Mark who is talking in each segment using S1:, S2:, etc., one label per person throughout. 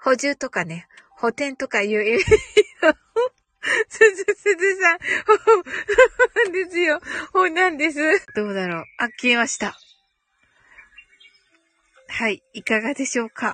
S1: 補充とかね、補填とかいう意味。すずさん、ほなんですよ。ほなんです。どうだろう。あ、消えました。はい、いかがでしょうか。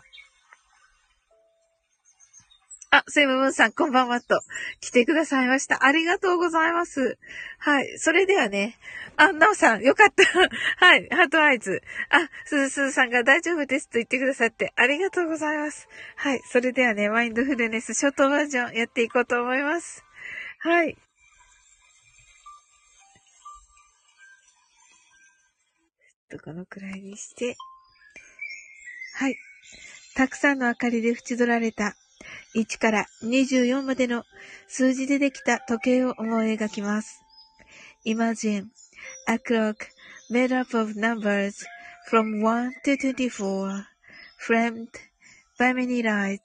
S1: あ、セブムーンさん、こんばんはと、来てくださいました。ありがとうございます。はい。それではね、あ、なおさん、よかった。はい。ハートアイズ。あ、すずさんが大丈夫ですと言ってくださって、ありがとうございます。はい。それではね、マインドフルネスショートバージョンやっていこうと思います。はい。このくらいにして、はい。たくさんの明かりで縁取られた1から24までの数字でできた時計を思い描きます。Imagine a clock made up of numbers from 1 to 24, framed by many lights.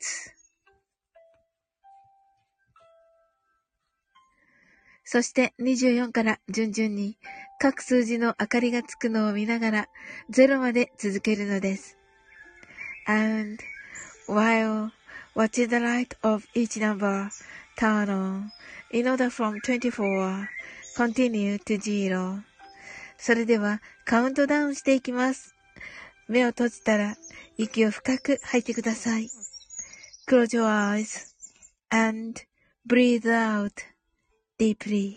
S1: そして24から順々に各数字の明かりがつくのを見ながら0まで続けるのです。And while watching the light of each number turn on in order from 24, continue to 0. それではカウントダウンしていきます。目を閉じたら息を深く吐いてください。Close your eyes and breathe out deeply.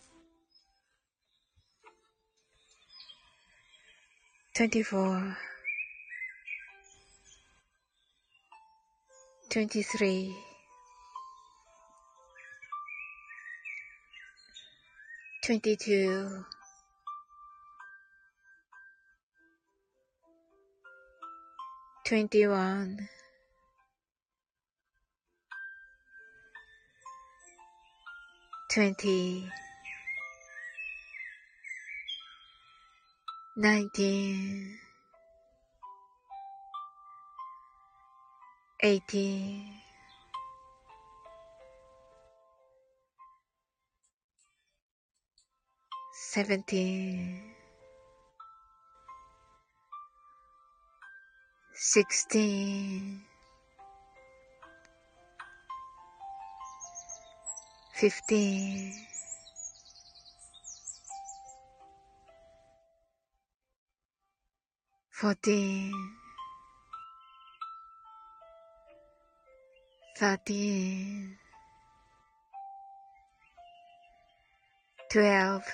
S1: 24, 23, 22, 21, 20, 19, 18, 17, 16, 15, 14, 13, 12,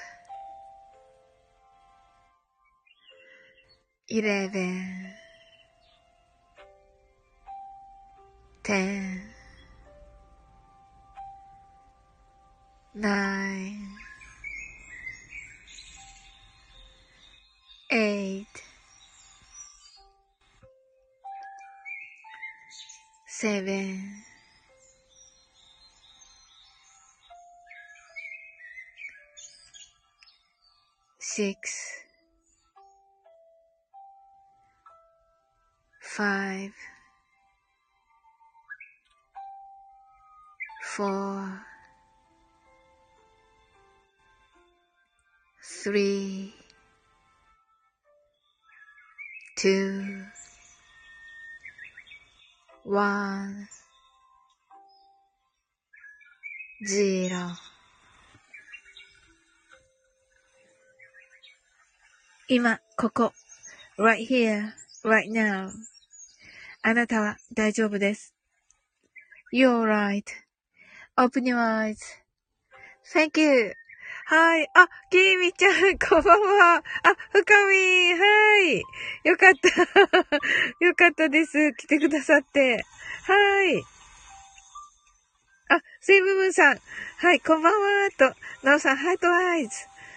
S1: 11, 10, 9, 8, 7, 6, 5, 4, 3, 2, 1, 0. 今、ここ。right here, right now. あなたは大丈夫です。You're right.Open your eyes. Thank you. はい。あ、きみちゃん、こんばんは。あ、深み。はい。よかった。よかったです。来てくださって。はい。あ、セイブムーンさん。はい、こんばんは。と、ナオさん、ハートアイズ。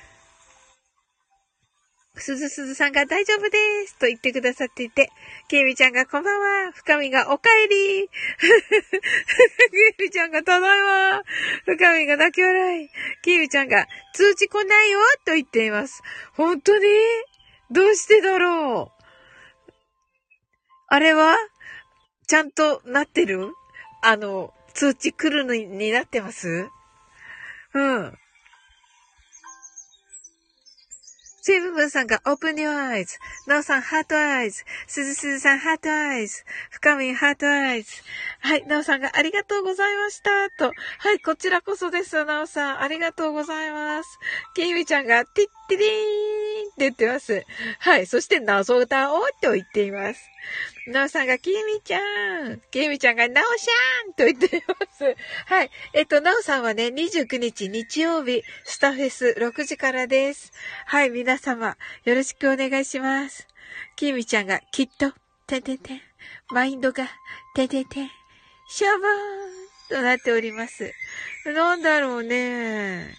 S1: すずさんが大丈夫です。と言ってくださっていて、ケイミちゃんがこんばんは。深みがおかえり。ケイミちゃんがただいま。深みが泣き笑い。ケイミちゃんが通知来ないよ。と言っています。本当にどうしてだろう。あれはちゃんとなってる？通知来るのになってます？うん。 チームブンさんが Open Your Eyes。なおさん、ハートアイズ。すずすずさん、ハートアイズ。深みん、ハートアイズ。はい、なおさんがありがとうございました。と。はい、こちらこそです、なおさん。ありがとうございます。きみちゃんが、ティッティリーンって言ってます。はい、そして、謎歌をと言っています。なおさんが、きみちゃんが、なおしゃーんと言っています。はい。なおさんはね、29日日曜日、スタフェス6時からです。はい、皆様、よろしくお願いします。きみちゃんが、きっと、マインドが、シャバーンとなっております。なんだろうね。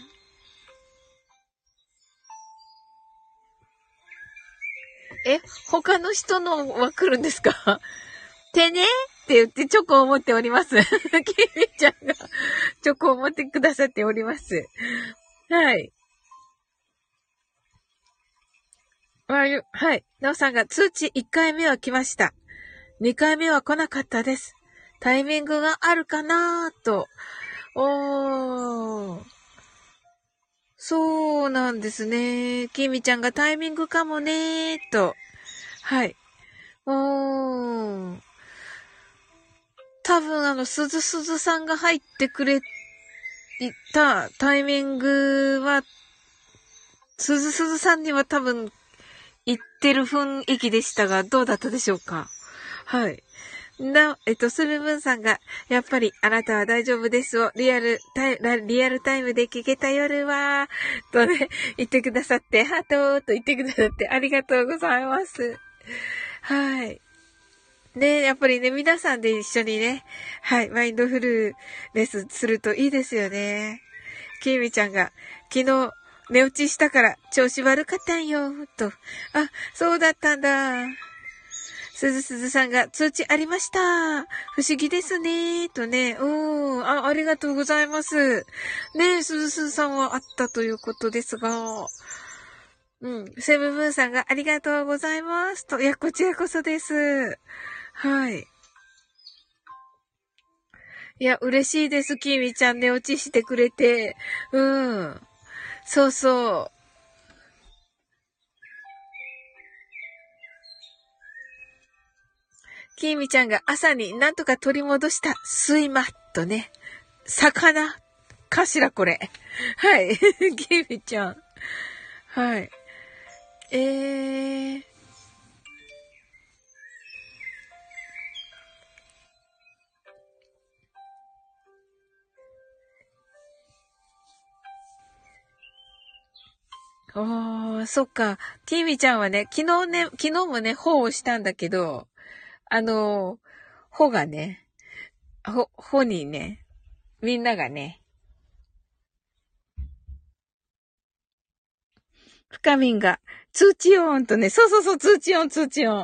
S1: 他の人のは来るんですか？ってねって言ってチョコを持っております。きみちゃんがチョコを持ってくださっております。はい。はい。なおさんが通知1回目は来ました。2回目は来なかったです。タイミングがあるかなーと。そうなんですね。きみちゃんがタイミングかもねーと。はい。多分すずさんが入ってくれたタイミングは、すずさんには多分言ってる雰囲気でしたが、どうだったでしょうか？はい。スルブンさんが、やっぱりあなたは大丈夫ですをリアルタイムで聞けた夜は、とね、言ってくださって、ハートと言ってくださってありがとうございます。はい。ね、やっぱりね、皆さんで一緒にね、はい、マインドフルネスするといいですよね。きみちゃんが、昨日、寝落ちしたから調子悪かったんよ、と。あ、そうだったんだ。すずさんが通知ありました。不思議ですね。とね。ありがとうございます。ねすずさんはあったということですが。セブブンさんがありがとうございます。と。いや、こちらこそです。はい。いや、嬉しいです。きみちゃん寝落ちしてくれて。そうそう。きみちゃんが朝になんとか取り戻した睡魔とね。魚かしらこれ。はい。きみちゃん。はい。そっか。きみちゃんはね、昨日もね、頬をしたんだけど、頬がね、頬にね、みんながね、深みんが、通知音とね、そう、通知音。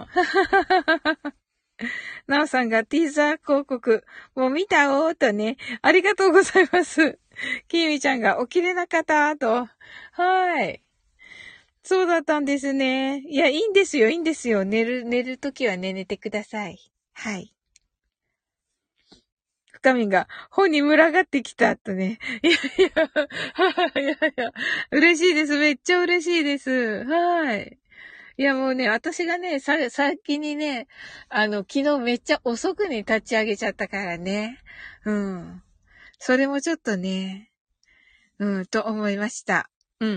S1: なおさんがティーザー広告、もう見たおーとね、ありがとうございます。きみちゃんが起きれなかったと。はい。そうだったんですね。いや、いいんですよ。寝るときはね、寝てください。はい。深みが、本に群がってきたとね。嬉しいです。めっちゃ嬉しいです。はい。いや、もうね、私がね、先にね、昨日めっちゃ遅くに立ち上げちゃったからね。それもちょっとね、と思いました。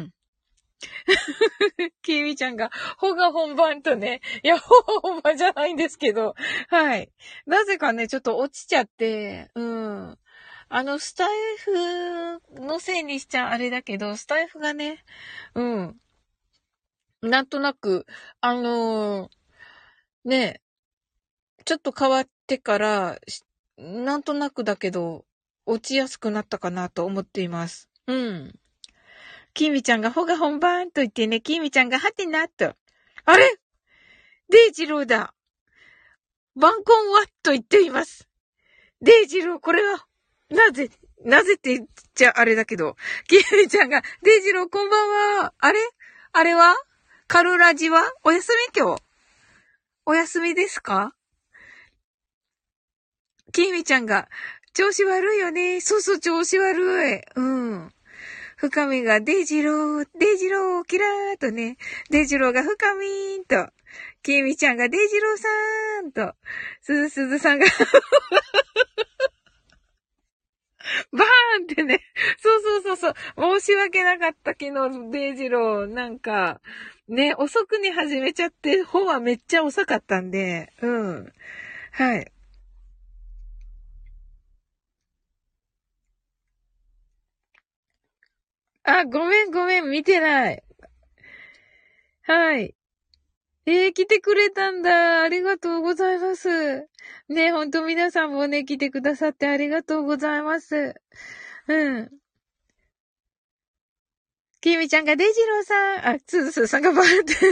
S1: きみちゃんが、ほが本番とね、いや、ほが本番じゃないんですけど、はい。なぜかね、ちょっと落ちちゃって、スタイフのせいにしちゃあれだけど、スタイフがね、なんとなく、ね、ちょっと変わってから、なんとなくだけど、落ちやすくなったかなと思っています。きみちゃんがほが本番と言ってね、きみちゃんがはてなと。あれデイジローだ。バンコンはと言っています。デイジロー、これは、なぜって言っちゃあれだけど、きみちゃんが、デイジローこんばんは。あれはカルラジはお休み今日お休みですか？きみちゃんが、調子悪いよね。そう、調子悪い。 深みがデイジロー、デイジロー、キラーとね、デイジローが深みーんと、きみちゃんがデイジローさーんと、すずさんがバーンってね。そう。申し訳なかった、昨日、デイジロー。なんか、ね、遅くに始めちゃって、本はめっちゃ遅かったんで、うん。はい。あ、ごめん、見てない。はい。来てくれたんだ。ありがとうございます。ね、ほんと皆さんもね、来てくださってありがとうございます。うん。きみちゃんがデジローさん、つずすさんがバーって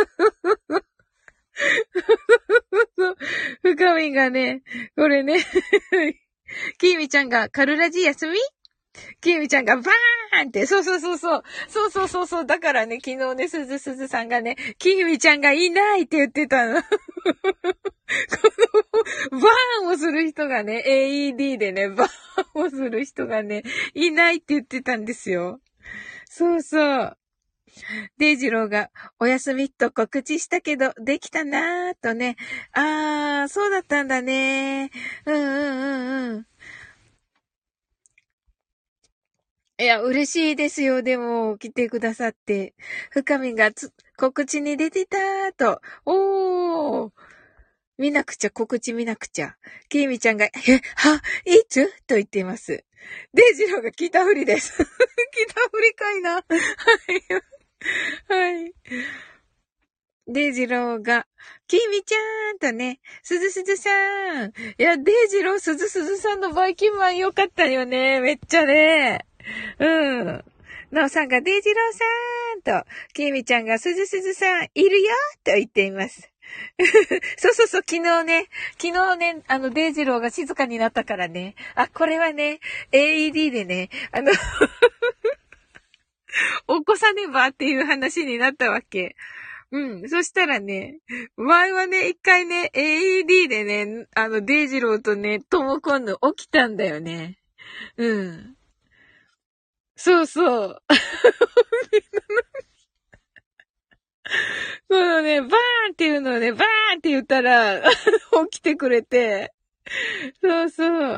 S1: そう、深みがね、これねきみちゃんがカルラジ休みきみちゃんがバーンって、そう。だからね、昨日ね、すずさんがね、きみちゃんがいないって言ってたの。この、バーンをする人がね、AED でね、バーンをする人がね、いないって言ってたんですよ。そう。デイジローが、お休みと告知したけど、できたなーとね。そうだったんだね。うん。いや、嬉しいですよ。でも、来てくださって。深みが告知に出てたーと。おー。見なくちゃ、告知見なくちゃ。きみちゃんが、いつと言っています。デイジローが聞いたふりです。聞いたふりかいな。はい。はい。デイジローが、きみちゃんとね、すずさん。いや、デイジロー、すずさんのバイキンマンよかったよね。めっちゃね。うん。なおさんがデイジローさんと、きみちゃんがすずさん、いるよと言っています。そう、昨日ね、デイジローが静かになったからね。これはね、AED でね、起こさねばっていう話になったわけ。うん。そしたらね、前はね、一回ね、AED でね、デイジローとね、トモコンヌ起きたんだよね。うん。そう。このね、バーンっていうのをね、バーンって言ったら、起きてくれて。そう。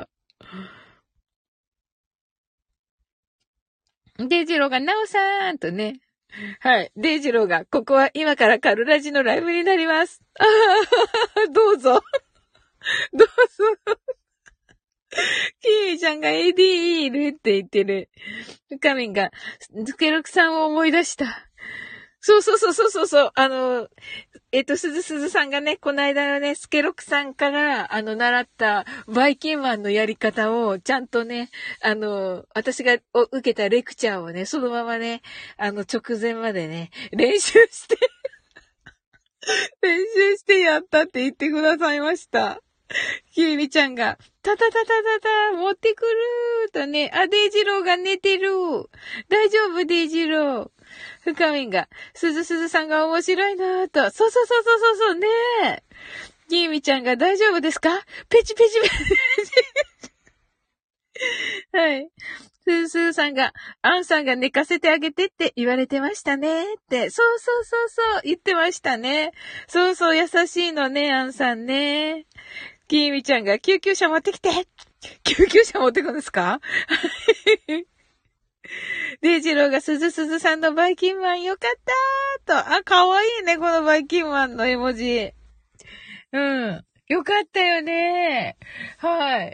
S1: デイジローが、ナオさーんとね。はい。デイジローが、ここは今からカルラジのライブになります。どうぞ。どうぞ。キーちゃんが AD いるって言ってる。カミンが、スケロクさんを思い出した。そう。すずさんがね、この間のね、スケロクさんから、習ったバイキンマンのやり方を、ちゃんとね、私が受けたレクチャーをね、そのままね、直前までね、練習してやったって言ってくださいました。きみちゃんが、持ってくるーとね、デイジローが寝てる。大丈夫、デイジロー。深みんが、すずさんが面白いなーと。そう、ねえ。きみちゃんが大丈夫ですかペチ。はい。すーさんが、アンさんが寝かせてあげてって言われてましたねって。そう、言ってましたね。そう、優しいのね、アンさんね。きみちゃんが救急車持ってきて救急車持ってくんですかデイジローがすずさんのバイキンマンよかったーと。かわいいね、このバイキンマンの絵文字。うん。よかったよね。はい。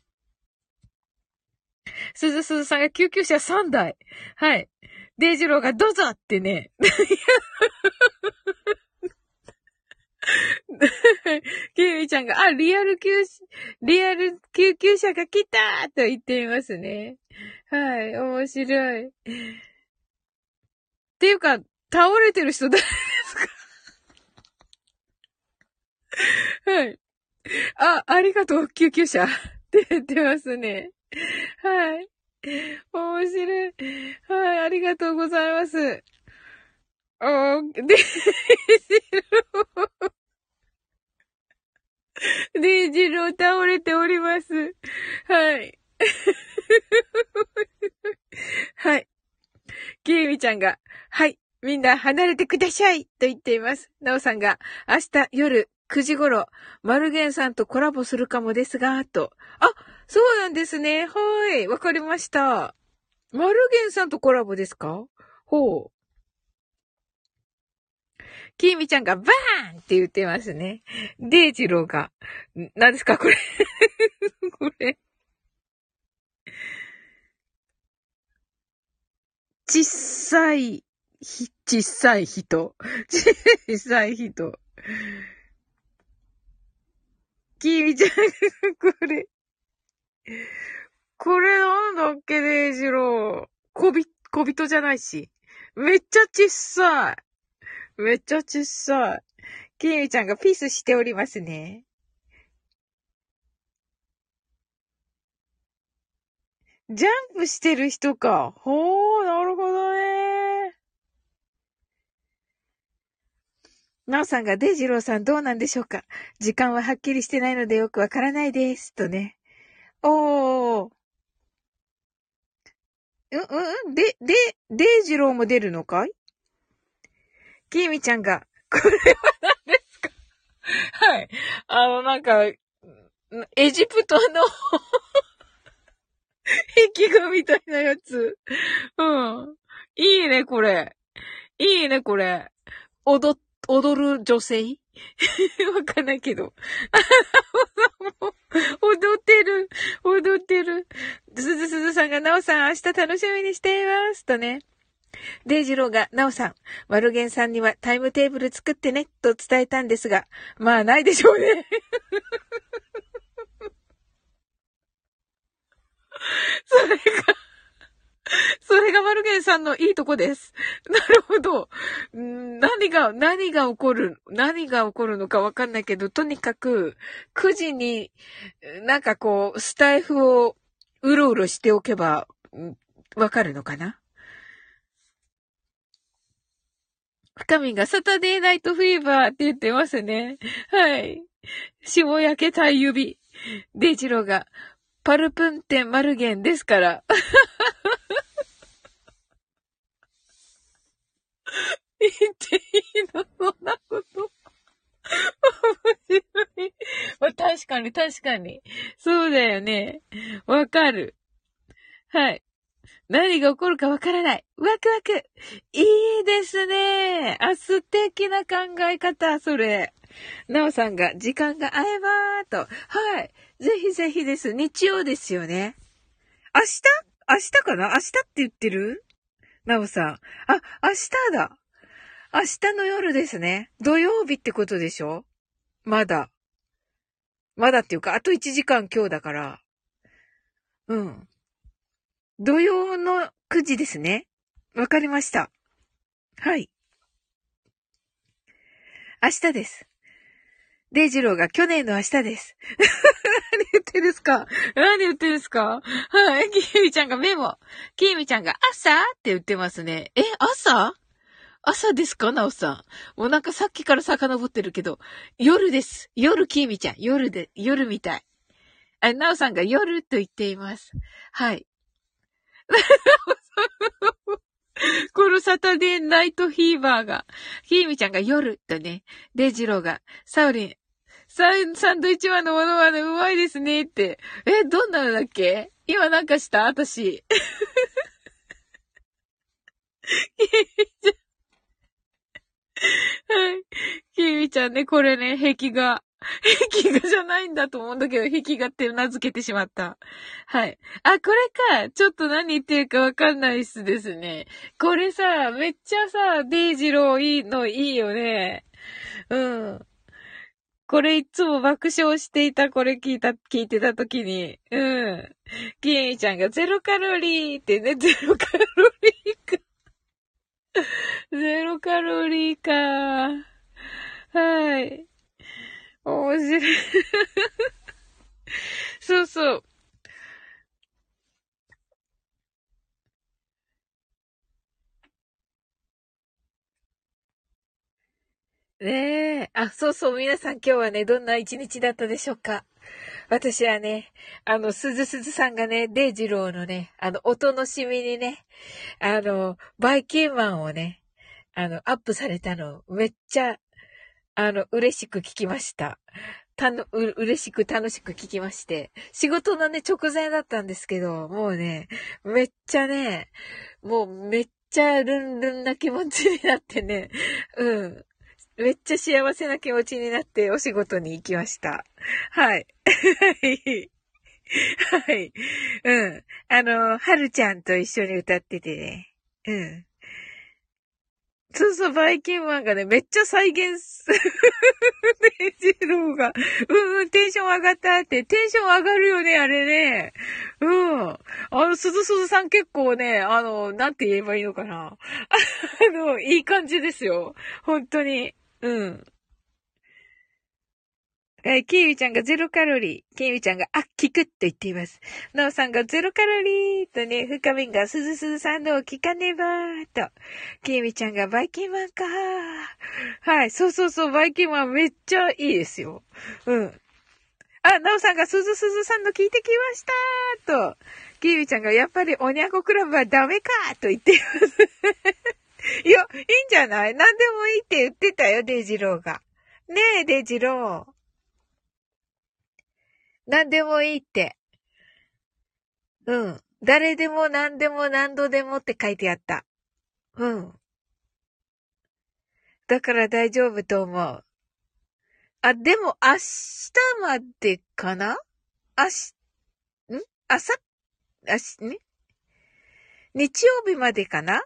S1: すずさんが救急車3台。はい。デイジローがどうぞってね。キミちゃんが、リアル救急車が来たーと言っていますね。はい、面白い。っていうか、倒れてる人誰ですか？はい。ありがとう、救急車。って言ってますね。はい。面白い。はい、ありがとうございます。デイジデイジロー倒れております。はい。はい。 きえみちゃんが、はい、みんな離れてくださいと言っています。なおさんが、明日夜9時頃、マルゲンさんとコラボするかもですが、と。あ、そうなんですね。はい、わかりました。マルゲンさんとコラボですか？ほう。きえみちゃんがバーンって言ってますね。デイジローが、何ですかこれ。これ。小さい、小さい人。小さい人。きみちゃん、これなんだっけ、デイジロー。小人じゃないし。めっちゃ小さい。めっちゃ小さい。きみちゃんがピースしておりますね。ジャンプしてる人か。ほー、なるほどね。なおさんが、デイジローさんどうなんでしょうか？時間ははっきりしてないのでよくわからないです。とね。おー。デイジローも出るのかい？きーみちゃんが、これは何ですか？はい。なんか、エジプトの壁画みたいなやつ。うん。いいね、これ。いいね、これ。踊る女性わかんないけど。踊ってる。踊ってる。すずさんが、なおさん明日楽しみにしています。とね。デイジローが、なおさん、マルゲンさんにはタイムテーブル作ってね、と伝えたんですが、まあないでしょうね。それが、それがマルゲンさんのいいとこです。なるほど。何が起こるのかわかんないけど、とにかく、9時に、なんかこう、スタイフをうろうろしておけば、わかるのかな？深みがサタデーナイトフィーバーって言ってますね。はい。霜焼けた指。デイジローが、パルプンテンマルゲンですから。言っていいのそんなこと。面白い。まあ、確かに、確かに。そうだよね。わかる。はい。何が起こるかわからない。ワクワク。いいですね。あ、素敵な考え方、それ。なおさんが、時間が合えばーと。はい。ぜひぜひです。日曜ですよね。明日かな？明日って言ってる？なおさん。あ、明日だ。明日の夜ですね。土曜日ってことでしょ？まだ。まだっていうか、あと1時間今日だから。うん。土曜の9時ですね。わかりました。はい。明日です。デイジローが去年の明日です。何言ってるんですか？何言ってるんですか？はい。キミちゃんがメモ。キミちゃんが朝って言ってますね。朝ですかなおさん。もうなんかさっきから遡ってるけど、夜です。夜、キミちゃん。夜みたい。なおさんが夜と言っています。はい。このサタデーナイトフィーバーが、ひーみちゃんが夜とね、デイジローが、サウリン、サンドイッチマンのものまねうまいですねって。どんなのだっけ？今なんかした私。はい。ひーみちゃんね、これね、壁画。壁画じゃないんだと思うんだけど、壁画って名付けてしまった。はい。あ、これか。ちょっと何言ってるかわかんないっすですね。これさ、めっちゃさ、デイジローいいよね。うん。これいつも爆笑していた、これ聞いてたときに。うん。キエミちゃんがゼロカロリーってね、ゼロカロリーか。ゼロカロリーか。はい。面白い。そうそう。ねえ。 あ、そうそう、皆さん今日はね、どんな一日だったでしょうか？私はね、すずさんがね、デイジローのね、お楽しみにね、バイキンマンをね、アップされたの、めっちゃ、嬉しく聞きました。嬉しく楽しく聞きまして。仕事のね、直前だったんですけど、もうね、めっちゃね、もうめっちゃルンルンな気持ちになってね、うん。めっちゃ幸せな気持ちになってお仕事に行きました。はい。はい。はい。うん。はるちゃんと一緒に歌っててね。うん。そうそう、バイキンマンがね、めっちゃ再現する。デイジローが、テンション上がったって、テンション上がるよね、あれね。うん。すずすずさん結構ね、なんて言えばいいのかな。いい感じですよ。本当に。うん。キーウィちゃんがゼロカロリー。キーウィちゃんが、聞くって言っています。ナオさんがゼロカロリーとね、深みんがスズスズさんの聞かねばーと。キーウィちゃんがバイキンマンかー。はい、そうそうそう、バイキンマンめっちゃいいですよ。うん。ナオさんがスズスズさんの聞いてきましたーと。キーウィちゃんがやっぱりおにゃんこクラブはダメかーと言っています。いや、いいんじゃない？何でもいいって言ってたよ、デイジローが。ねえ、デイジロー。何でもいいって。うん。誰でも何でも何度でもって書いてあった。うん。だから大丈夫と思う。でも明日までかな？明日、朝、ね、日曜日までかな？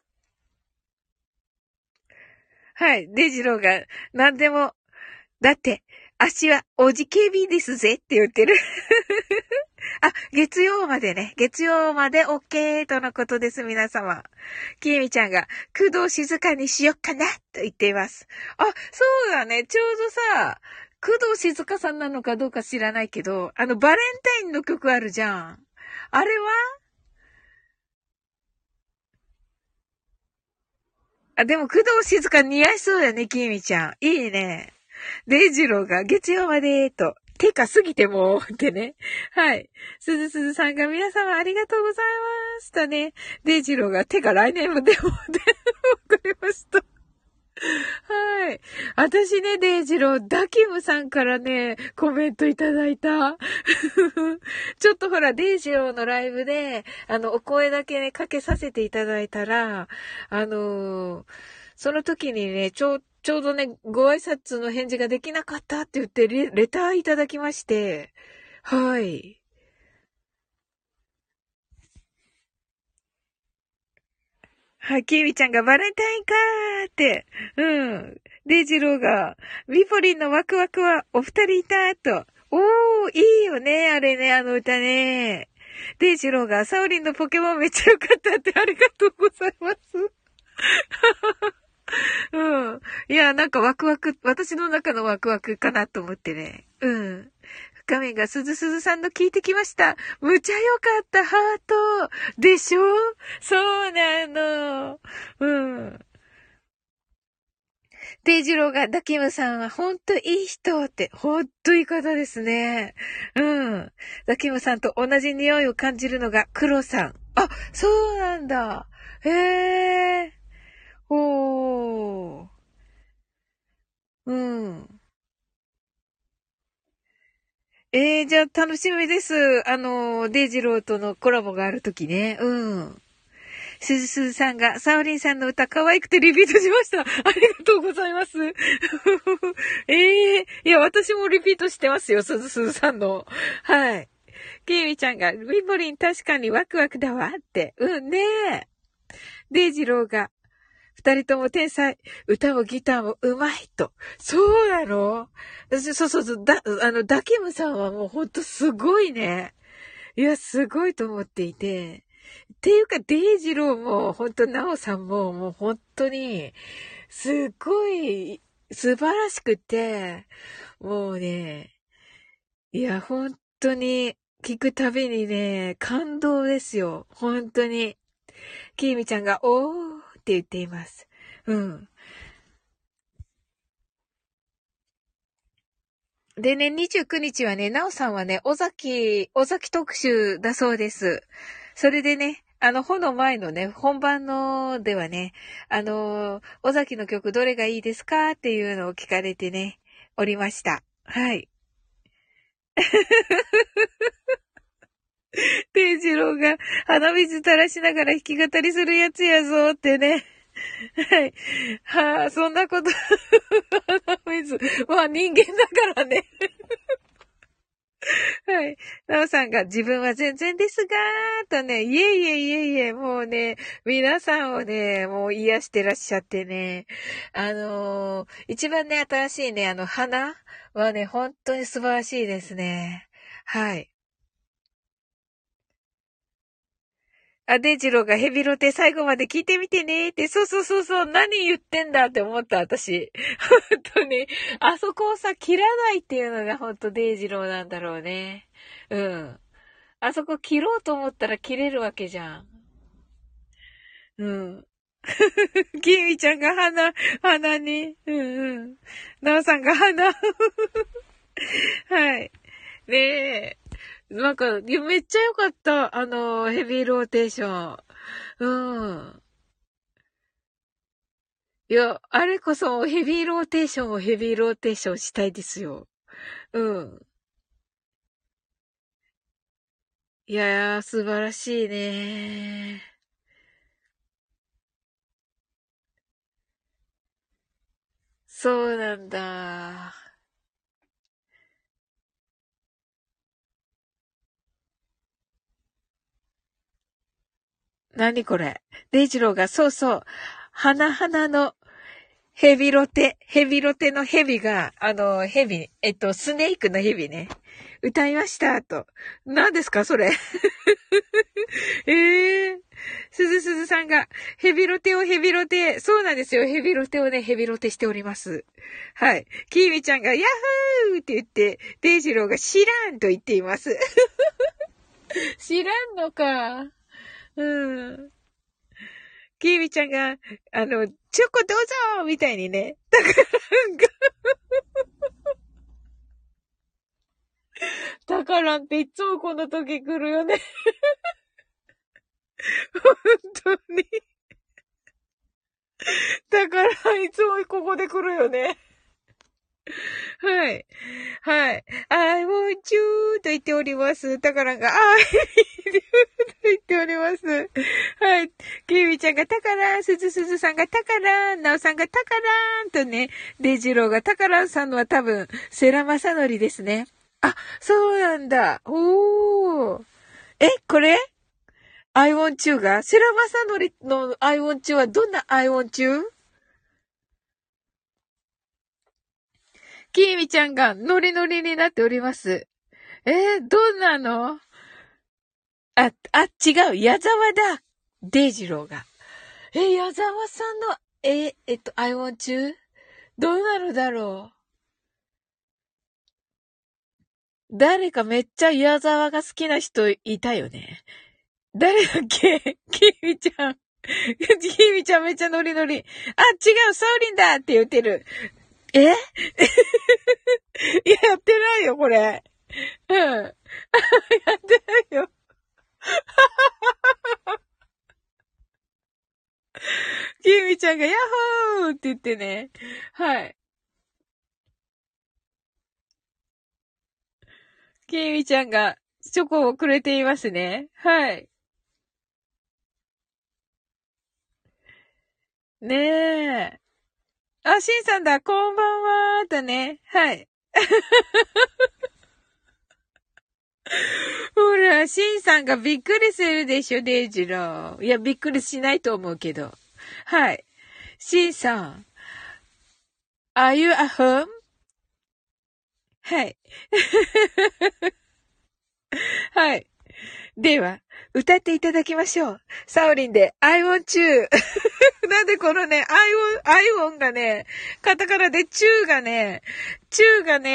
S1: はい。デジローが何でも、だって、足はおじけびですぜって言ってる。月曜までね。月曜まで OK とのことです、皆様。きえみちゃんが、工藤静かにしよっかな、と言っています。そうだね。ちょうどさ、工藤静香さんなのかどうか知らないけど、バレンタインの曲あるじゃん。あれはでも工藤静香似合いそうだね、きえみちゃん。いいね。デイジローが月曜までと。てか過ぎても、ってね。はい。すずすずさんが皆様ありがとうございますとね。デイジローが、てか来年もでも、わかりました。はい。私ね、デイジロー、ダキムさんからね、コメントいただいた。ちょっとほら、デイジローのライブで、お声だけね、かけさせていただいたら、その時にね、ちょうどね、ご挨拶の返事ができなかったって言ってレターいただきまして、はい。はい、キミちゃんがバレンタインかーって、うん。デイジローが、ミポリンのワクワクはお二人いたと。おー、いいよね、あれね、あの歌ね。デイジローが、サオリンのポケモンめっちゃ良かったってありがとうございます。うん。いや、なんかワクワク、私の中のワクワクかなと思ってね。うん。画面がすずすずさんの聞いてきました。むちゃ良かった、ハート。でしょ？そうなの。うん。デイジローが、ダキムさんはほんといい人って、ほんといい方ですね。うん。ダキムさんと同じ匂いを感じるのが黒さん。そうなんだ。へえ。おー。うん。じゃあ楽しみです。デイジローとのコラボがあるときね。うん。すずすずさんが、サオリンさんの歌可愛くてリピートしました。ありがとうございます。いや、私もリピートしてますよ、すずすずさんの。はい。ケイミちゃんが、リボリン確かにワクワクだわって。うんねえ。デイジローが、二人とも天才。歌もギターも上手いと。そうなの？そうそうそう。ダキムさんはもうほんとすごいね。いや、すごいと思っていて。っていうか、デイジローも、ほんと、ナオさんも、もう本当に、すっごい、素晴らしくて、もうね、いや、本当に、聞くたびにね、感動ですよ。本当に。キーミちゃんが、おーって言っています。うん。 でね、29日はね、なおさんはね、尾崎特集だそうです。それでね、ほの前のね、本番のではね、尾崎の曲どれがいいですかっていうのを聞かれてね、おりました。はい。定次郎が鼻水垂らしながら弾き語りするやつやぞってね。はい。はあ、そんなこと、鼻水。まあ人間だからね。はい。なおさんが自分は全然ですがーとね、いえいえいえいえ、もうね、皆さんをね、もう癒してらっしゃってね、一番ね、新しいね、花はね、本当に素晴らしいですね。はい。あ、デイジローがヘビロテ最後まで聞いてみてねって、そうそうそうそう、何言ってんだって思った、私。本当に。あそこをさ、切らないっていうのが本当デイジローなんだろうね。うん。あそこ切ろうと思ったら切れるわけじゃん。うん。キミちゃんが鼻に。うんうん。ナオさんが鼻。はい。ねえ。なんか、めっちゃ良かった。ヘビーローテーション。うん。いや、あれこそヘビーローテーションをヘビーローテーションしたいですよ。うん。いやー、素晴らしいね。そうなんだ。何これ。デイジローが、そうそう。花のヘビロテのヘビが、ヘビ、スネークのヘビね。歌いました、と。何ですか、それ。ええすずさんが、ヘビロテをヘビロテ。そうなんですよ。ヘビロテをね、ヘビロテしております。はい。キーミちゃんが、ヤッホーって言って、デイジローが知らんと言っています。知らんのか。うん。キーミちゃんが、チョコどうぞみたいにね。だからなんか、だからっていつもこの時来るよね。本当に。だからいつもここで来るよね。はい。はい。I want you と言っております。タカランが、I need you と言っております。はい。キミちゃんがタカラン、すずさんがタカラン、ナオさんがタカランとね、デジローがタカランさんのは多分、セラマサノリですね。あ、そうなんだ。おー。これ ?I want you がセラマサノリの I want you はどんな I want you？ キーミちゃんがノリノリになっております。どんなの？違う。矢沢だ。デイジローが。矢沢さんの、I want you? どうなるだろう。誰かめっちゃ矢沢が好きな人いたよね。誰だっけ？キミちゃん。キミちゃんめっちゃノリノリ。あ、違う、サウリンだって言ってる。いや、やってないよ、これ。うん。やってないよ。キミちゃんがヤッホーって言ってね。はい。キミちゃんがチョコをくれていますね。はい。ねえ。あ、シンさんだ、こんばんはーとね。はい。ほら、シンさんがびっくりするでしょ、デイジロー。いや、びっくりしないと思うけど。はい。シンさん、are you at home? はい。はい。では、歌っていただきましょう。サオリンで、I want you. なんでこのね、I want がね、カタカナでチューがね、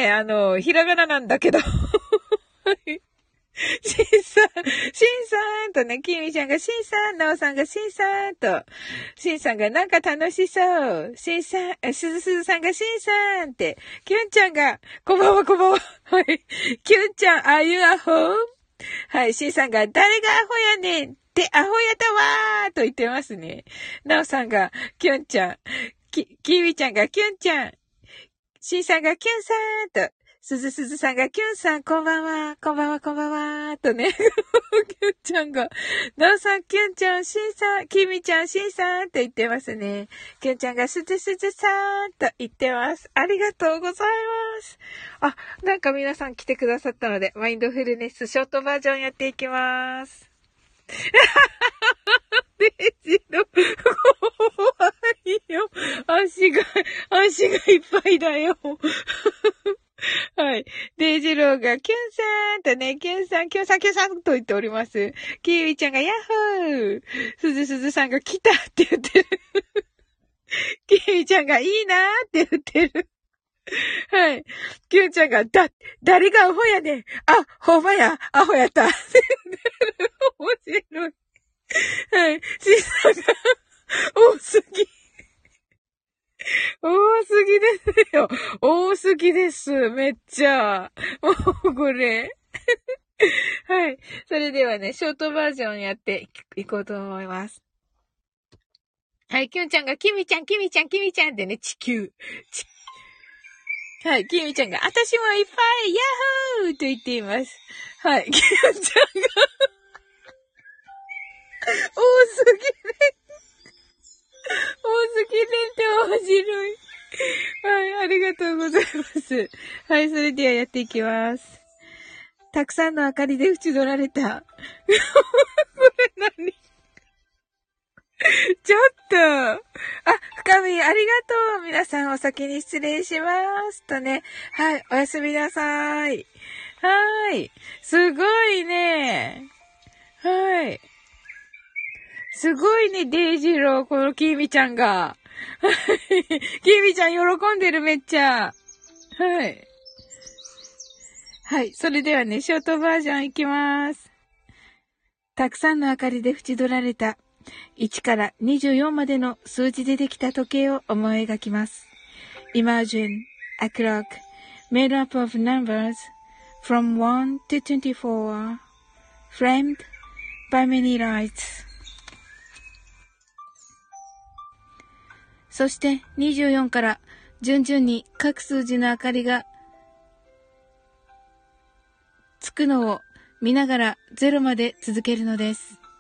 S1: ひらがななんだけど。シンさんとね、きみちゃんがしんさん、なおさんがしんさんと、しんさんがなんか楽しそう。しんさん、すずすずさんがしんさんって、きゅんちゃんが、こんばんはこんばんは。はい。きゅんちゃん、are you a home? はい、しんさんが、誰がアホやねんってアホやったわーと言ってますね。なおさんが、きゅんちゃん、きみちゃんがきゅんちゃん、しんさんがきゅんさんと、すずさんがきゅんさん、こんばんは、こんばんは、こんばんは、とね。きゅんちゃんが、なおさん、きゅんちゃん、しんさん、きみちゃん、しんさんと言ってますね。きゅんちゃんがすずさんと言ってます。ありがとうございます。あ、なんか皆さん来てくださったので、マインドフルネスショートバージョンやっていきます。デジロ、怖いよ。足がいっぱいだよ。はい。デイジローが、キュンさんとね、キュンさんと言っております。キーウィちゃんが、ヤッホーすずさんが来たって言ってる。キーウィちゃんが、いいなーって言ってる。はい。キュンちゃんが、誰がアホやねん。あ、ほんまや、アホやった。面白い。はい。シーさんが、多すぎ。多すぎですよ。多すぎです。めっちゃ。もうこれ。はい。それではね、ショートバージョンやっていこうと思います。はい。きゅんちゃんが、きみちゃんってね、地球。はい。きみちゃんが、私もいっぱい、ヤッホーと言っています。はい。きゅんちゃんが、多すぎる。多すぎるって面白い。はい。ありがとうございます。はい。それではやっていきます。たくさんの明かりで縁取られた。これ何ちょっと。あ、深みありがとう。皆さんお先に失礼します。とね。はい。おやすみなさい。はい。すごいね。はい。すごいね、デイジロー、このキーミちゃんが。はい。キーミちゃん喜んでる、めっちゃ。はい。はい。それではね、ショートバージョンいきます。たくさんの明かりで縁取られた1から24までの数字でできた時計を思い描きます。Imagine a clock made up of numbers from 1 to 24, framed by many lights. そして24から順々に各数字の明かりがつくのを見ながら0まで続けるのです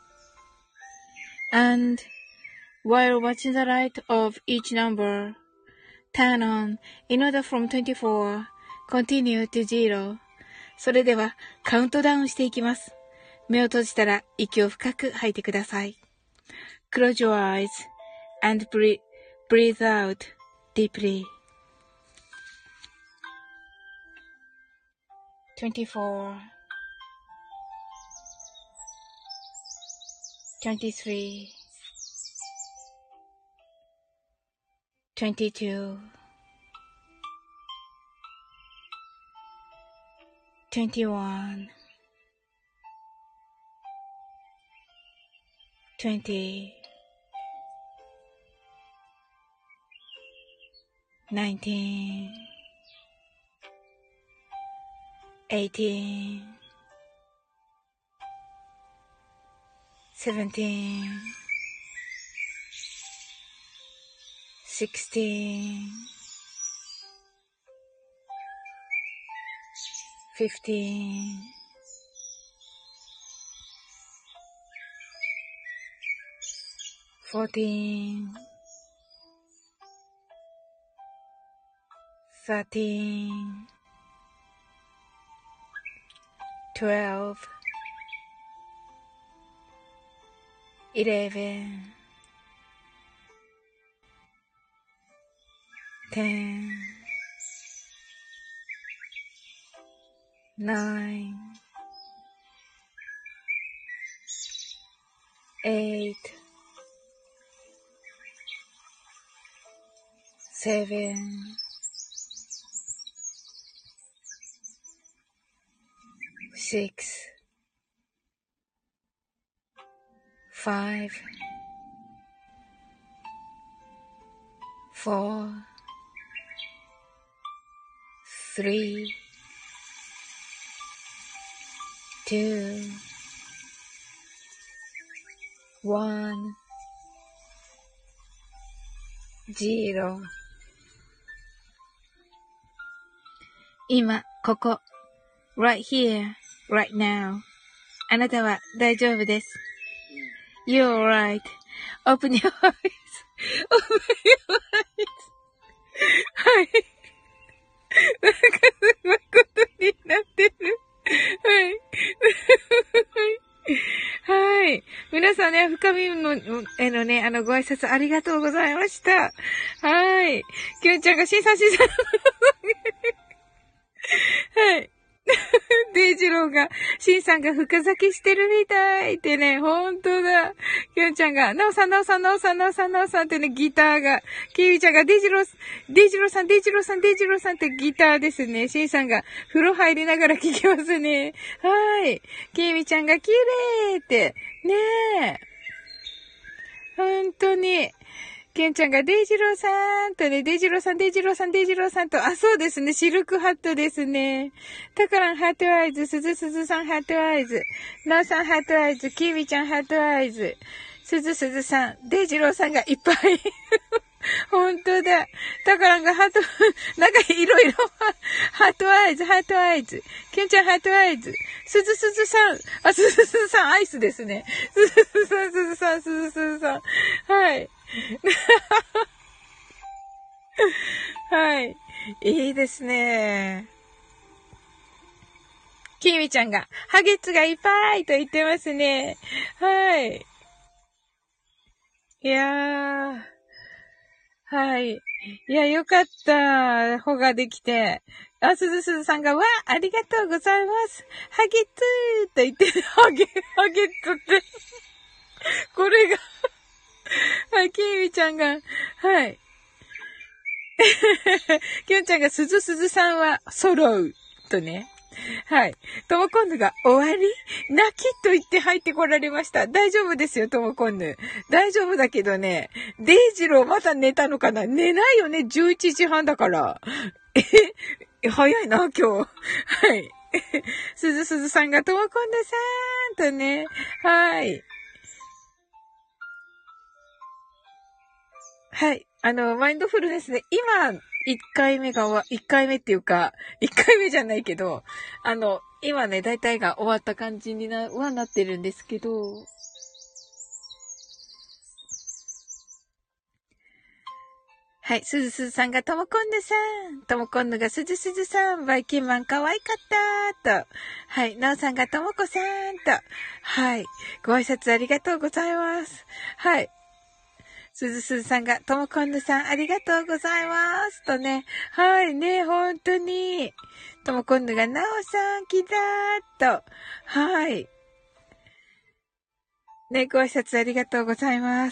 S1: 。And while watching the light of each number turn on in order from 24, continue to 0. それではカウントダウンしていきます。目を閉じたら息を深く吐いてください。Close your eyes and breathe out deeply. 24, 23, 22, 21, 20, 19, 18, 17, 16, 15, 14, 13, 12, 11, 10, 9, 8, 7, 6, 5, 4, 3, 2, 1, 0。今、ここ。right here, right now. あなたは大丈夫です。You're right. Open your eyes. Open your eyes. はい。なんかすごいことになってる。はい。はい。皆さんね、深みの、へのね、ご挨拶ありがとうございました。はい。きゅんちゃんがしんさん。はい。デイジローが、シンさんが深咲きしてるみたいってね、ほんとだ。キュンちゃんが、ナオさんってね、ギターが、キウイちゃんが、デイジローさんってギターですね。シンさんが、風呂入りながら聴きますね。はい。キウイちゃんが、綺麗って、ねえ。ほんとに。ケンちゃんがデイジローさんとね、デイジローさんと、あ、そうですね、シルクハットですね。タカランハートアイズ、すずさんハートアイズ、ナオさんハートアイズ、キミちゃんハートアイズ、すずさん、デイジローさんがいっぱい。ほんとだ。タカランがハート、なんかいろいろ、ハートアイズ。ケンちゃんハートアイズ。すずさん。あ、すずさんアイスですね。すずさん。はい。はい。いいですね。きみちゃんが、ハゲッツがいっぱいと言ってますね。はい。いやー。はい。いや、よかった。穂ができて。あ、すずさんが、わありがとうございます。ハゲッツーと言って、ハゲッツって。これがはい、きみちゃんが、はい。きゅんちゃんがすずさんは揃う。とね。はい。ともこんぬが終わり泣きと言って入ってこられました。大丈夫ですよ、ともこんぬ。大丈夫だけどね。デイジローまだ寝たのかな？寝ないよね、11時半だから。早いな、今日。はい。すずさんがともこんぬさんとね。はい。はい。マインドフルネスで、今、1回目っていうか、1回目じゃないけど、今ね、大体が終わった感じになってるんですけど、はい、すずさんがともこんぬさん、ともこんぬがすずさん、バイキンマン可愛かったと、はい、なおさんがともこさんと、はい、ご挨拶ありがとうございます。はい。すずさんが、ともこんぬさん、ありがとうございます。とね。はいね、本当に。ともこんぬが、なおさん、来たーと。はい。ね、ご挨拶ありがとうございます。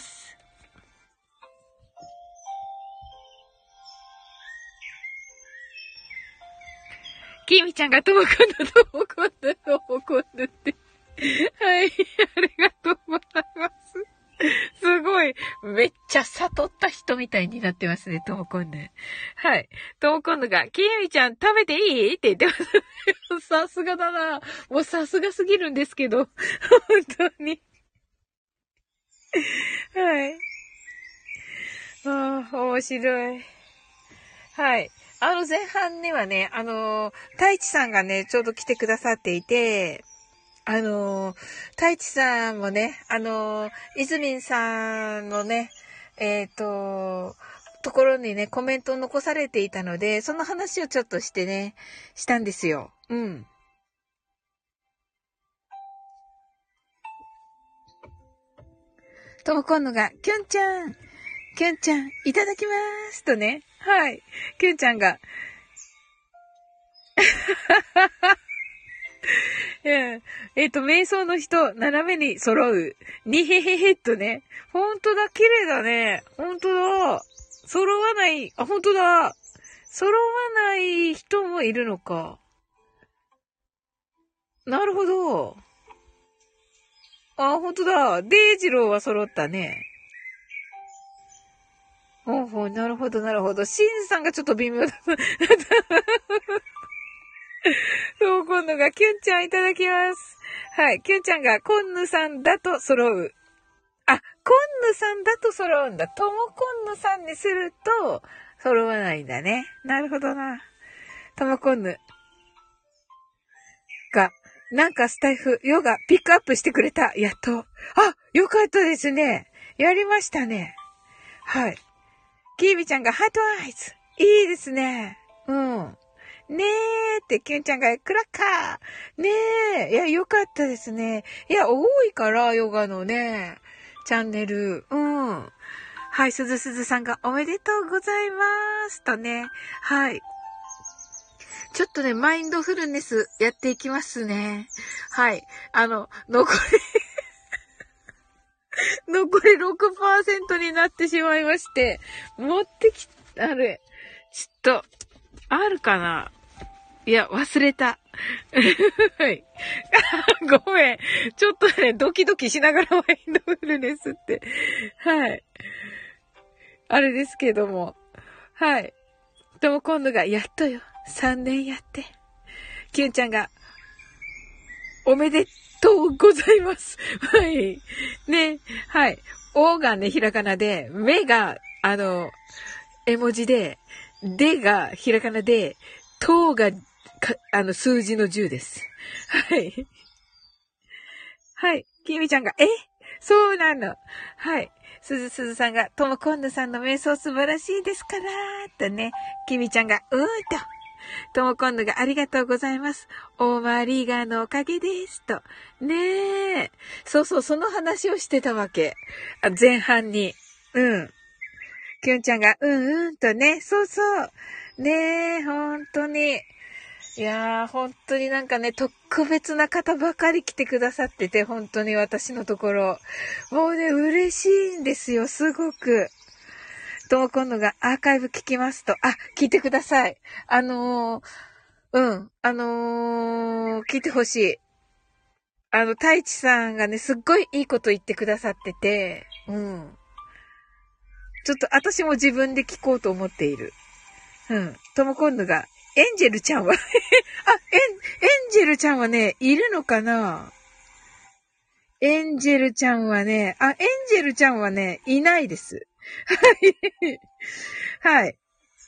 S1: きみちゃんがともこんぬって。はい、ありがとうございます。すごい、めっちゃ悟った人みたいになってますね、ともこんぬ。はい。ともこんぬが、きみちゃん食べていいって言ってます。さすがだな。もうさすがすぎるんですけど。本当に。はい。ああ、面白い。はい。前半にはね、太一さんがね、ちょうど来てくださっていて、太一さんもね、いずみんさんのね、ところにね、コメントを残されていたので、その話をちょっとしてね、したんですよ。うん。ともこんのが、きゅんちゃん、いただきまーすとね。はい。きゅんちゃんが、瞑想の人、斜めに揃う。にへへへっとね。ほんとだ、綺麗だね。ほんとだ。揃わない、ほんとだ。揃わない人もいるのか。なるほど。 あ、ほんとだ。デイジローは揃ったね。ほうほう、なるほど、なるほど。シンさんがちょっと微妙だ。そう、今度がキュンちゃんいただきます。はい。キュンちゃんがコンヌさんだと揃う。あ、コンヌさんだと揃うんだ。ともコンヌさんにすると揃わないんだね。なるほどな。ともコンヌが、なんかスタイフ、ヨガピックアップしてくれた。やっと。あ、よかったですね。やりましたね。はい。キービちゃんがハートアイズ。いいですね。うん。ねーって、キュンちゃんがクラッカー。ねー。いや、よかったですね。いや、多いから、ヨガのね、チャンネル。うん。はい、すずさんがおめでとうございます。とね。はい。ちょっとね、マインドフルネスやっていきますね。はい。残り6%になってしまいまして、持ってき、あれ、ちょっと、あるかないや、忘れた。はい。ごめん。ちょっとね、ドキドキしながらマインドフルネスって。はい。あれですけども。はい。とも今度が、やっとよ。3年やって。キュンちゃんが、おめでとうございます。はい。ね。はい。おがね、ひらがなで、目が、絵文字で、でがひらがなで、とが、数字の10です。はい。はい。きみちゃんが、そうなの。はい。すずさんが、ともこんぬさんの瞑想素晴らしいですから、とね。きみちゃんが、と。ともこんぬがありがとうございます。オーマーリーガーのおかげです。と。ねえ。そうそう、その話をしてたわけ。前半に。うん。きゅんちゃんが、とね。そうそう。ねえ、本当に。いやー、本当になんかね、特別な方ばかり来てくださってて、本当に私のところ。もうね、嬉しいんですよ、すごく。とも今度がアーカイブ聞きますと、聞いてください。聞いてほしい。太一さんがね、すっごいいいこと言ってくださってて、うん。ちょっと私も自分で聞こうと思っている。うん。とも今度が、エンジェルちゃんはエンジェルちゃんはね、いるのかな？エンジェルちゃんはね、エンジェルちゃんはね、いないです。はい。はい。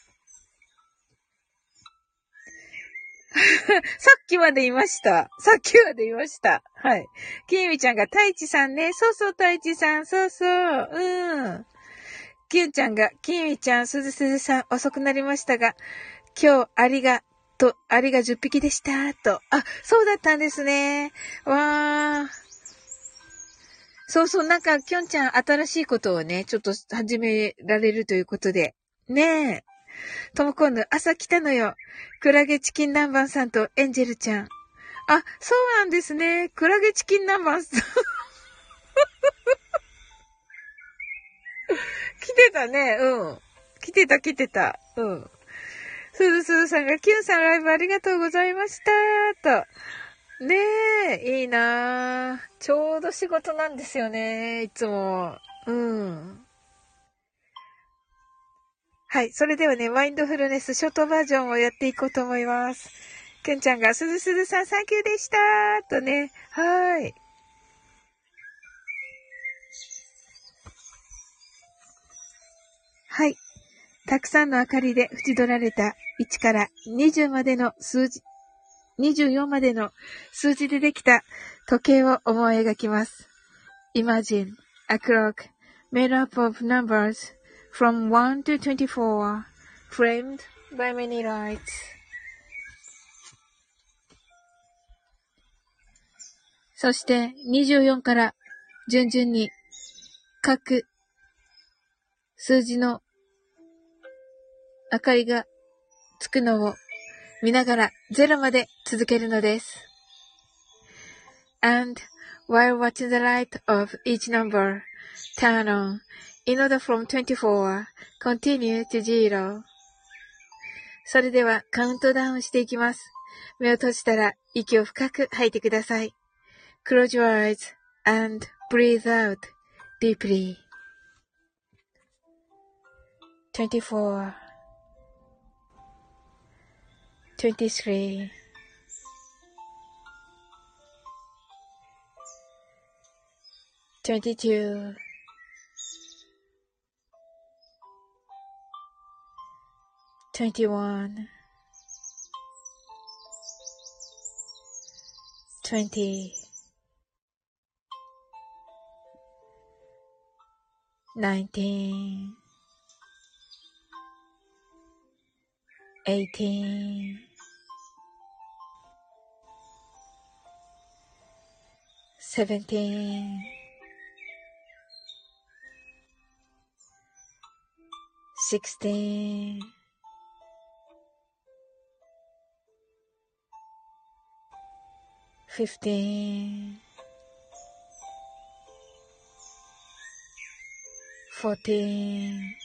S1: さっきまでいました。さっきまでいました。はい。きみちゃんが、太一さんね。そうそう、太一さん。そうそう。うん。きゅんちゃんが、きみちゃん、すずさん、遅くなりましたが、今日、アリが10匹でした。と。そうだったんですね。わー。そうそう、なんか、きょんちゃん、新しいことをね、ちょっと始められるということで。ねえ。とも今度、朝来たのよ。クラゲチキン南蛮さんとエンジェルちゃん。そうなんですね。クラゲチキン南蛮さん。来てたね。うん。来てた。うん。すずさんが、キュンさんライブありがとうございました。と。ねえ、いいなぁ。ちょうど仕事なんですよね。いつも。うん。はい。それではね、マインドフルネスショートバージョンをやっていこうと思います。くんちゃんが、すずさんサンキューでしたとね。はい。はい。たくさんの明かりで縁取られた1から20までの数字、24までの数字でできた時計を思い描きます。Imagine a clock made up of numbers from 1 to 24 framed by many lights. そして24から順々に各数字の明かりがつくのを見ながら0まで続けるのです。And while watching the light of each number turn on, in order from 24, continue to 0. それではカウントダウンしていきます。目を閉じたら息を深く吐いてください。Close your eyes and breathe out deeply. 24, 23, 22, 21, 20, 19, 18, 17, 16, 15, 14,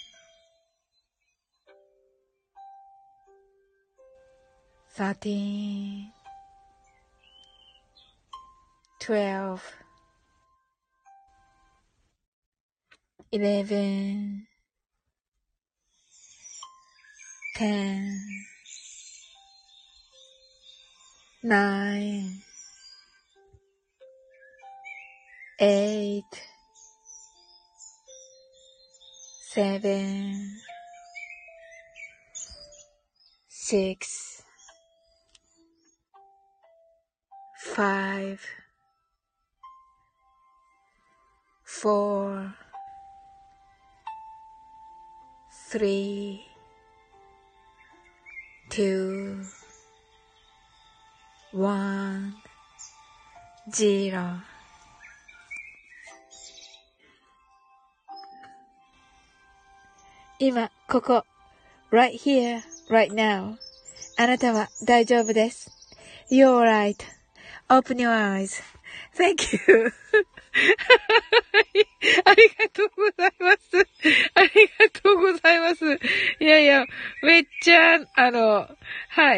S1: 13, 12, 11, 10, 9, 8, 7, 6, 5, 4, 3, 2, 1, 0。今、ここ、right here, right now. あなたは大丈夫です。You're right.Open your eyes. Thank you. ありがとうございます。ありがとうございます。いやいや、めっちゃ、はい。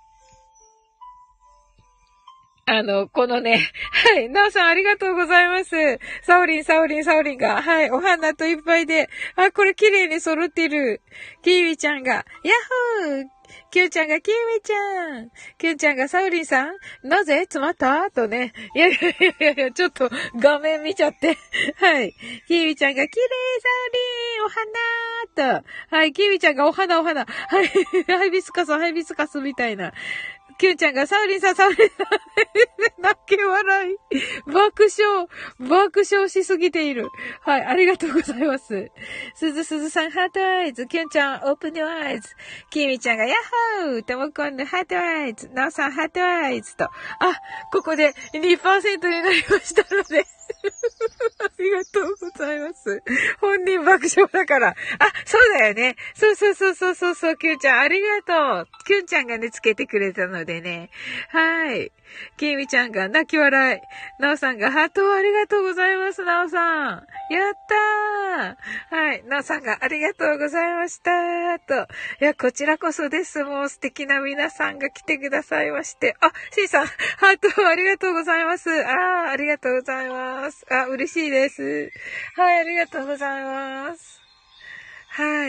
S1: このね、はい、なおさんありがとうございます。サオリンが、はい、お花といっぱいで、あ、これ綺麗に揃ってる。キーミちゃんが、ヤッホーキューちゃんが、キーミちゃんキューちゃんが、サオリンさんなぜ詰まったとね。いや、ちょっと画面見ちゃって。はい。キーミちゃんが、綺麗サオリンお花と。はい、キーミちゃんがお花。はい、ハイビスカスみたいな。キューちゃんが、サウリンさん、泣き笑い。爆笑しすぎている。はい、ありがとうございます。すずさん、ハートアイズ。キュンちゃん、オープンドアイズ。キミちゃんが、ヤッホーともこんのハートアイズ。なおさん、ハートアイズと。あ、ここで 2% になりましたので。ありがとうございます。本人爆笑だから。あ、そうだよね。そう、キュンちゃん、ありがとう。キュンちゃんがね、つけてくれたのでね。はい。きみちゃんが泣き笑い。なおさんがハートをありがとうございます、なおさん。やったー。はい。なおさんがありがとうございましたーと。いや、こちらこそです。もう素敵な皆さんが来てくださいまして。あ、シーさん、ハートをありがとうございます。ありがとうございます。あ、嬉しいです。はい、ありがとうございます。はい。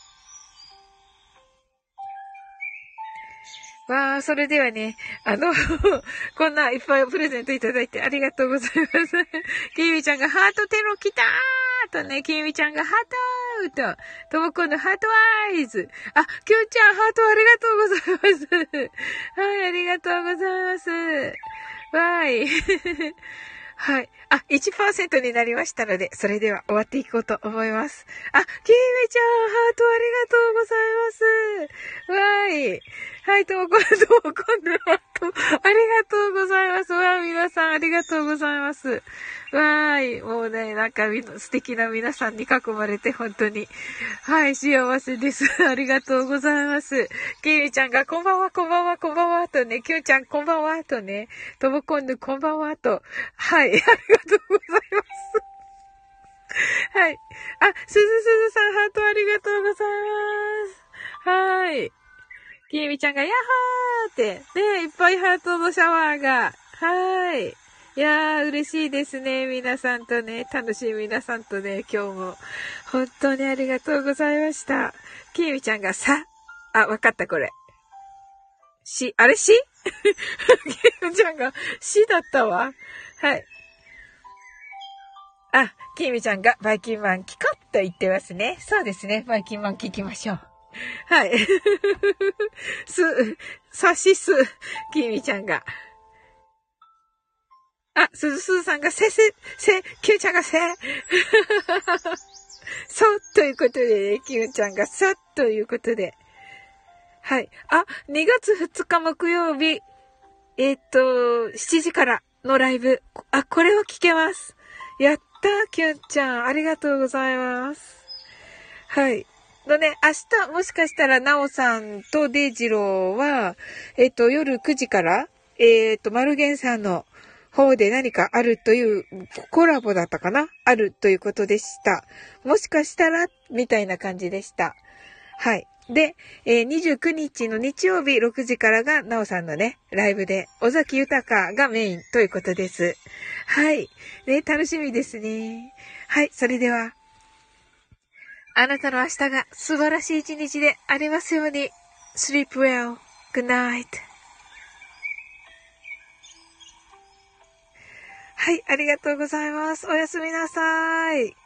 S1: わあ、それではね、こんないっぱいプレゼントいただいてありがとうございます。キミちゃんがハートテロ来たーとね、キミちゃんがハートーと、ともこんのハートアイズ。あ、キュンちゃんハートありがとうございます。はい、ありがとうございます。わーい。はい。あ、1% になりましたので、それでは終わっていこうと思います。あ、キーメちゃん、ハートありがとうございます。わーい。はい、ともこんのハート、ありがとうございます。わー、皆さんありがとうございます。わーい。もうね、なんか素敵な皆さんに囲まれて本当に、はい、幸せです。ありがとうございます。キーミちゃんがこんばんはとね、キューちゃんこんばんはとね、ともこんぬこんばんはと、はい、ありがとうございます。はい。あ、すずさんハートありがとうございます。はい。きみちゃんがヤッホーって、ね、いっぱいハートのシャワーが。はい。 いやー、嬉しいですね。皆さんとね、楽しい皆さんとね、今日も。本当にありがとうございました。きみちゃんがわかった、これ。あれきみちゃんがだったわ。はい。きみちゃんがバイキンマン聞こっと言ってますね。そうですね。バイキンマン聞きましょう。はい。きみちゃんが。すずさんがきみちゃんがそうということでね、きみちゃんがということで。はい。2月2日木曜日、7時からのライブ。これを聞けます。やったー、きゅんちゃん。ありがとうございます。はい。明日、もしかしたら、なおさんとデイジローは、夜9時から、マルゲンさんの方で何かあるという、コラボだったかなあるということでした。もしかしたら、みたいな感じでした。はい。で、29日の日曜日6時からが、なおさんのね、ライブで、尾崎豊がメインということです。はい。ね、楽しみですね。はい、それでは、あなたの明日が素晴らしい一日でありますように。Sleep well. Good night. はい、ありがとうございます。おやすみなさい。